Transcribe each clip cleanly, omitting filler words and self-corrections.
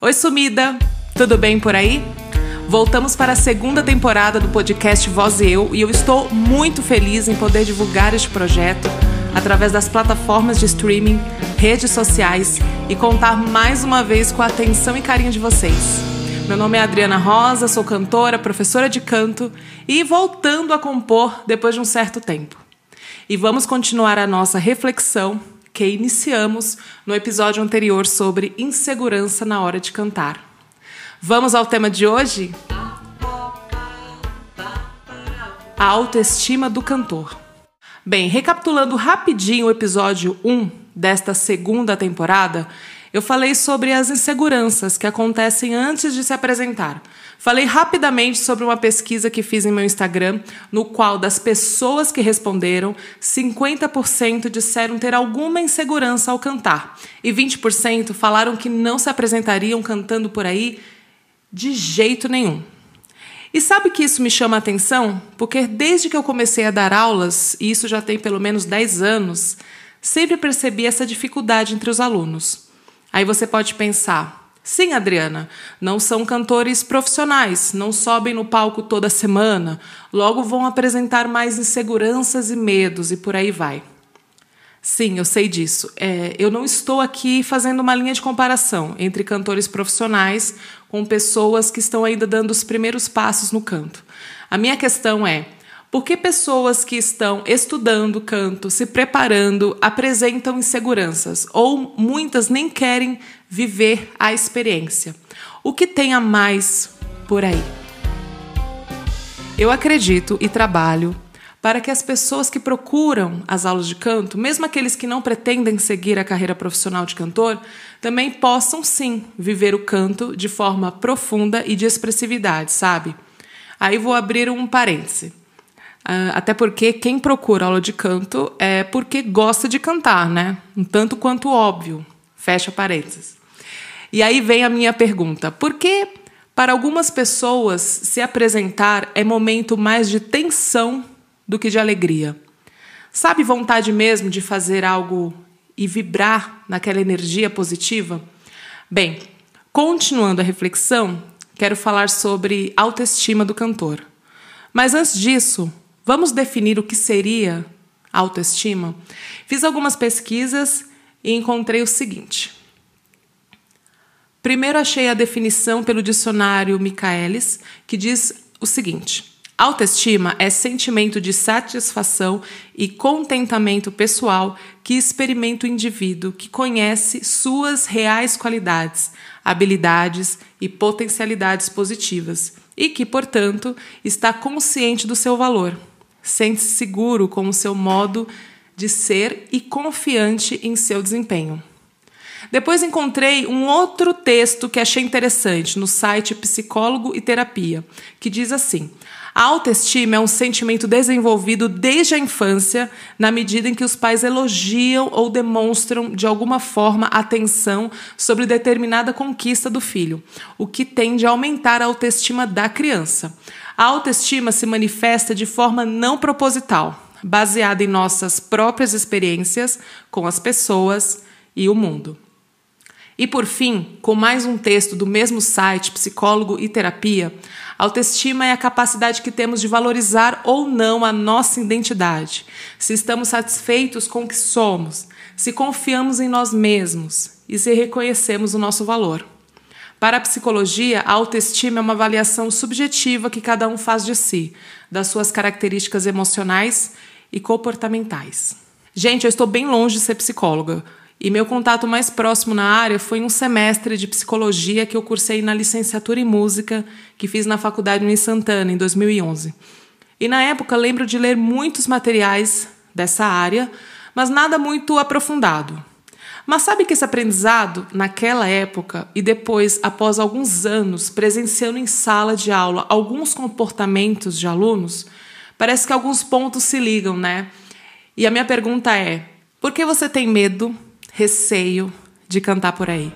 Oi, sumida! Tudo bem por aí? Voltamos para a segunda temporada do podcast Voz e eu estou muito feliz em poder divulgar este projeto através das plataformas de streaming, redes sociais e contar mais uma vez com a atenção e carinho de vocês. Meu nome é Adriana Rosa, sou cantora, professora de canto e voltando a compor depois de um certo tempo. E vamos continuar a nossa reflexão que iniciamos no episódio anterior sobre insegurança na hora de cantar. Vamos ao tema de hoje? A autoestima do cantor. Bem, recapitulando rapidinho o episódio 1 desta segunda temporada, eu falei sobre as inseguranças que acontecem antes de se apresentar. Falei rapidamente sobre uma pesquisa que fiz em meu Instagram, no qual das pessoas que responderam, 50% disseram ter alguma insegurança ao cantar e 20% falaram que não se apresentariam cantando por aí de jeito nenhum. E sabe que isso me chama a atenção? Porque desde que eu comecei a dar aulas, e isso já tem pelo menos 10 anos, sempre percebi essa dificuldade entre os alunos. Aí você pode pensar, sim, Adriana, não são cantores profissionais, não sobem no palco toda semana, logo vão apresentar mais inseguranças e medos e por aí vai. Sim, eu sei disso. Eu não estou aqui fazendo uma linha de comparação entre cantores profissionais com pessoas que estão ainda dando os primeiros passos no canto. A minha questão é, por que pessoas que estão estudando canto, se preparando, apresentam inseguranças? Ou muitas nem querem viver a experiência? O que tem a mais por aí? Eu acredito e trabalho para que as pessoas que procuram as aulas de canto, mesmo aqueles que não pretendem seguir a carreira profissional de cantor, também possam sim viver o canto de forma profunda e de expressividade, sabe? Aí vou abrir um parêntese. Até porque quem procura aula de canto é porque gosta de cantar, né? Um tanto quanto óbvio. Fecha parênteses. E aí vem a minha pergunta. Por que para algumas pessoas se apresentar é momento mais de tensão do que de alegria? Sabe, vontade mesmo de fazer algo e vibrar naquela energia positiva? Bem, continuando a reflexão, quero falar sobre autoestima do cantor. Mas antes disso, vamos definir o que seria autoestima? Fiz algumas pesquisas e encontrei o seguinte. Primeiro achei a definição pelo dicionário Michaelis, que diz o seguinte: autoestima é sentimento de satisfação e contentamento pessoal que experimenta o indivíduo que conhece suas reais qualidades, habilidades e potencialidades positivas e que, portanto, está consciente do seu valor, sente-se seguro com o seu modo de ser e confiante em seu desempenho. Depois encontrei um outro texto que achei interessante no site Psicólogo e Terapia, que diz assim: a autoestima é um sentimento desenvolvido desde a infância, na medida em que os pais elogiam ou demonstram de alguma forma atenção sobre determinada conquista do filho, o que tende a aumentar a autoestima da criança. A autoestima se manifesta de forma não proposital, baseada em nossas próprias experiências com as pessoas e o mundo. E por fim, com mais um texto do mesmo site, Psicólogo e Terapia, autoestima é a capacidade que temos de valorizar ou não a nossa identidade, se estamos satisfeitos com o que somos, se confiamos em nós mesmos e se reconhecemos o nosso valor. Para a psicologia, a autoestima é uma avaliação subjetiva que cada um faz de si, das suas características emocionais e comportamentais. Gente, eu estou bem longe de ser psicóloga. E meu contato mais próximo na área foi um semestre de psicologia que eu cursei na licenciatura em música que fiz na faculdade em Santana, em 2011. E na época lembro de ler muitos materiais dessa área, mas nada muito aprofundado. Mas sabe que esse aprendizado, naquela época e depois, após alguns anos, presenciando em sala de aula alguns comportamentos de alunos, parece que alguns pontos se ligam, né? E a minha pergunta é: por que você tem medo, receio de cantar por aí?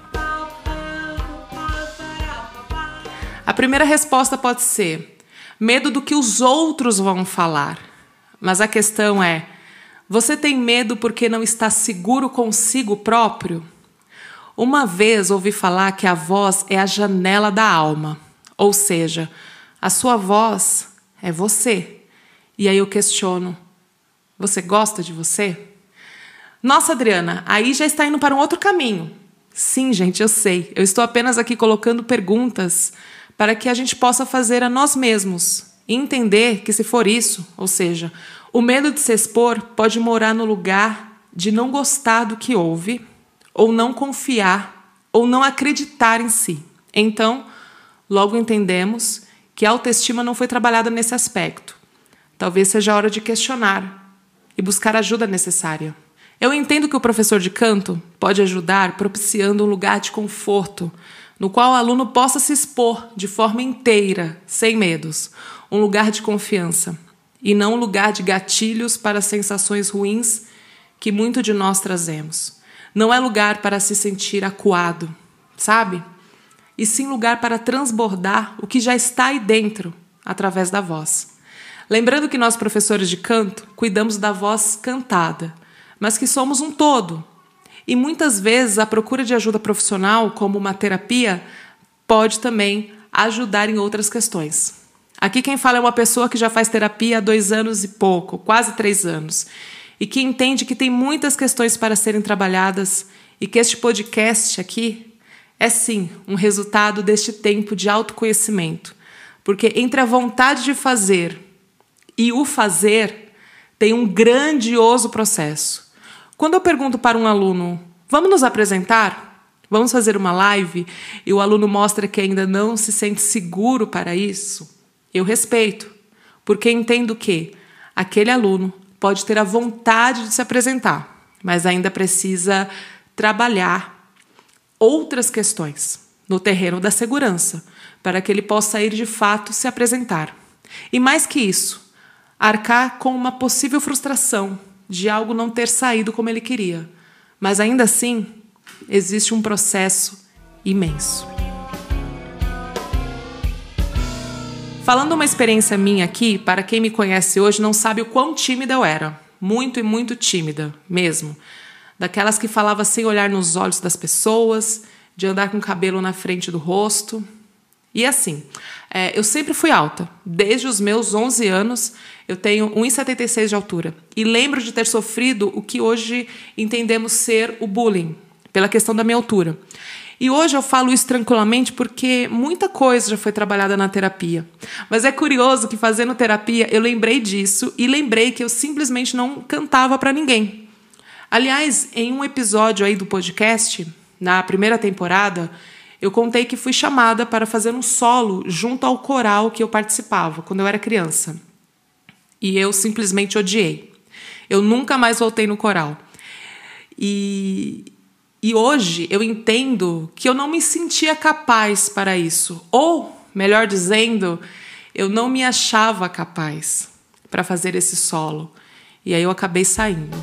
A primeira resposta pode ser medo do que os outros vão falar. Mas a questão é, você tem medo porque não está seguro consigo próprio? Uma vez ouvi falar que a voz é a janela da alma, ou seja, a sua voz é você. E aí eu questiono, você gosta de você? Nossa, Adriana, aí já está indo para um outro caminho. Sim, gente, eu sei. Eu estou apenas aqui colocando perguntas para que a gente possa fazer a nós mesmos e entender que, se for isso, ou seja, o medo de se expor pode morar no lugar de não gostar do que ouve, ou não confiar, ou não acreditar em si. Então, logo entendemos que a autoestima não foi trabalhada nesse aspecto. Talvez seja a hora de questionar e buscar a ajuda necessária. Eu entendo que o professor de canto pode ajudar propiciando um lugar de conforto, no qual o aluno possa se expor de forma inteira, sem medos. Um lugar de confiança, e não um lugar de gatilhos para sensações ruins que muito de nós trazemos. Não é lugar para se sentir acuado, sabe? E sim lugar para transbordar o que já está aí dentro, através da voz. Lembrando que nós, professores de canto, cuidamos da voz cantada, mas que somos um todo. E muitas vezes a procura de ajuda profissional, como uma terapia, pode também ajudar em outras questões. Aqui quem fala é uma pessoa que já faz terapia há 2 anos e pouco, quase 3 anos, e que entende que tem muitas questões para serem trabalhadas e que este podcast aqui é sim um resultado deste tempo de autoconhecimento, porque entre a vontade de fazer e o fazer tem um grandioso processo. Quando eu pergunto para um aluno, vamos nos apresentar? Vamos fazer uma live? E o aluno mostra que ainda não se sente seguro para isso, eu respeito, porque entendo que aquele aluno pode ter a vontade de se apresentar, mas ainda precisa trabalhar outras questões no terreno da segurança, para que ele possa ir de fato se apresentar. E mais que isso, arcar com uma possível frustração de algo não ter saído como ele queria. Mas ainda assim, existe um processo imenso. Falando uma experiência minha aqui, para quem me conhece hoje não sabe o quão tímida eu era. Muito e muito tímida, mesmo. Daquelas que falava sem olhar nos olhos das pessoas, de andar com o cabelo na frente do rosto. E assim, eu sempre fui alta. Desde os meus 11 anos, eu tenho 1,76 m de altura. E lembro de ter sofrido o que hoje entendemos ser o bullying, pela questão da minha altura. E hoje eu falo isso tranquilamente porque muita coisa já foi trabalhada na terapia. Mas é curioso que fazendo terapia eu lembrei disso e lembrei que eu simplesmente não cantava para ninguém. Aliás, em um episódio aí do podcast, na primeira temporada, eu contei que fui chamada para fazer um solo junto ao coral que eu participava quando eu era criança. E eu simplesmente odiei. Eu nunca mais voltei no coral. E hoje eu entendo que eu não me sentia capaz para isso. Ou, melhor dizendo, eu não me achava capaz para fazer esse solo. E aí eu acabei saindo.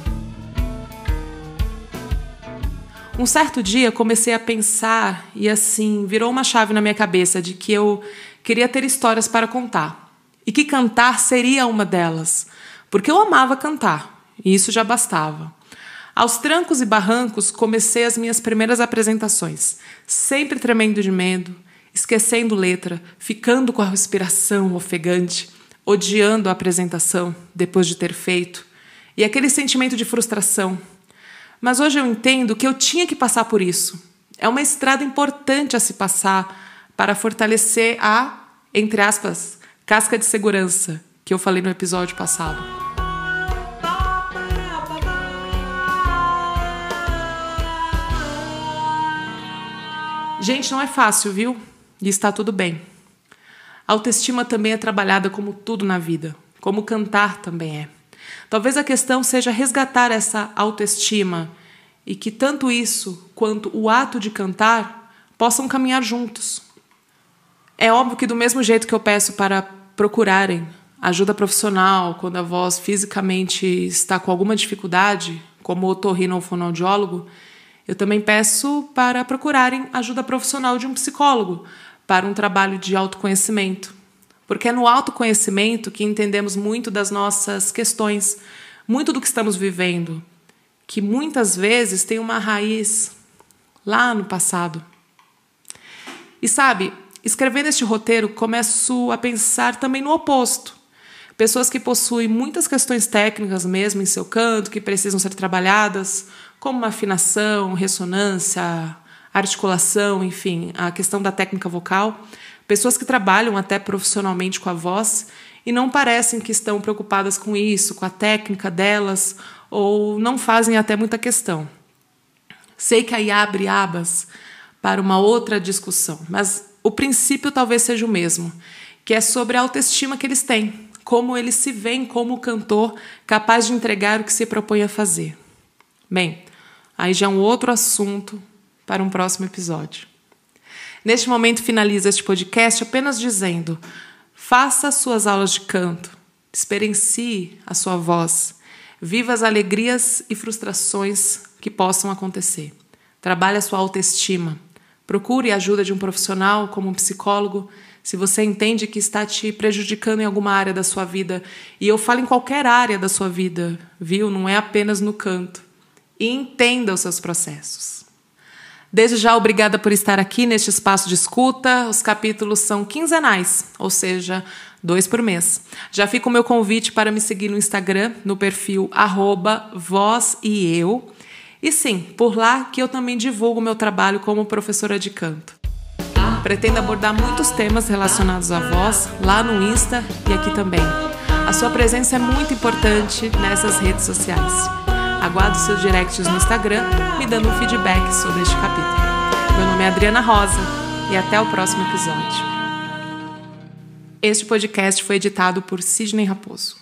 Um certo dia comecei a pensar e assim virou uma chave na minha cabeça de que eu queria ter histórias para contar. E que cantar seria uma delas. Porque eu amava cantar. E isso já bastava. Aos trancos e barrancos, comecei as minhas primeiras apresentações, sempre tremendo de medo, esquecendo letra, ficando com a respiração ofegante, odiando a apresentação depois de ter feito, e aquele sentimento de frustração. Mas hoje eu entendo que eu tinha que passar por isso. É uma estrada importante a se passar para fortalecer a, entre aspas, casca de segurança, que eu falei no episódio passado. Gente, não é fácil, viu? E está tudo bem. A autoestima também é trabalhada como tudo na vida, como cantar também é. Talvez a questão seja resgatar essa autoestima e que tanto isso quanto o ato de cantar possam caminhar juntos. É óbvio que do mesmo jeito que eu peço para procurarem ajuda profissional quando a voz fisicamente está com alguma dificuldade, como otorrino ou fonoaudiólogo, eu também peço para procurarem ajuda profissional de um psicólogo para um trabalho de autoconhecimento. Porque é no autoconhecimento que entendemos muito das nossas questões, muito do que estamos vivendo, que muitas vezes tem uma raiz lá no passado. E sabe, escrevendo este roteiro, começo a pensar também no oposto. Pessoas que possuem muitas questões técnicas mesmo em seu canto, que precisam ser trabalhadas, como afinação, ressonância, articulação, enfim, a questão da técnica vocal. Pessoas que trabalham até profissionalmente com a voz e não parecem que estão preocupadas com isso, com a técnica delas, ou não fazem até muita questão. Sei que aí abre abas para uma outra discussão, mas o princípio talvez seja o mesmo, que é sobre a autoestima que eles têm, como eles se veem como cantor capaz de entregar o que se propõe a fazer. Bem, aí já é um outro assunto para um próximo episódio. Neste momento, finalizo este podcast apenas dizendo: faça as suas aulas de canto, experiencie a sua voz, viva as alegrias e frustrações que possam acontecer. Trabalhe a sua autoestima. Procure a ajuda de um profissional, como um psicólogo, se você entende que está te prejudicando em alguma área da sua vida. E eu falo em qualquer área da sua vida, viu? Não é apenas no canto. E entenda os seus processos. Desde já, obrigada por estar aqui neste espaço de escuta. Os capítulos são quinzenais, ou seja, 2 por mês. Já fica o meu convite para me seguir no Instagram, no perfil @vozeeu. E sim, por lá que eu também divulgo meu trabalho como professora de canto. Pretendo abordar muitos temas relacionados à voz, lá no Insta e aqui também. A sua presença é muito importante nessas redes sociais. Aguardo seus directs no Instagram, me dando um feedback sobre este capítulo. Meu nome é Adriana Rosa e até o próximo episódio. Este podcast foi editado por Sidney Raposo.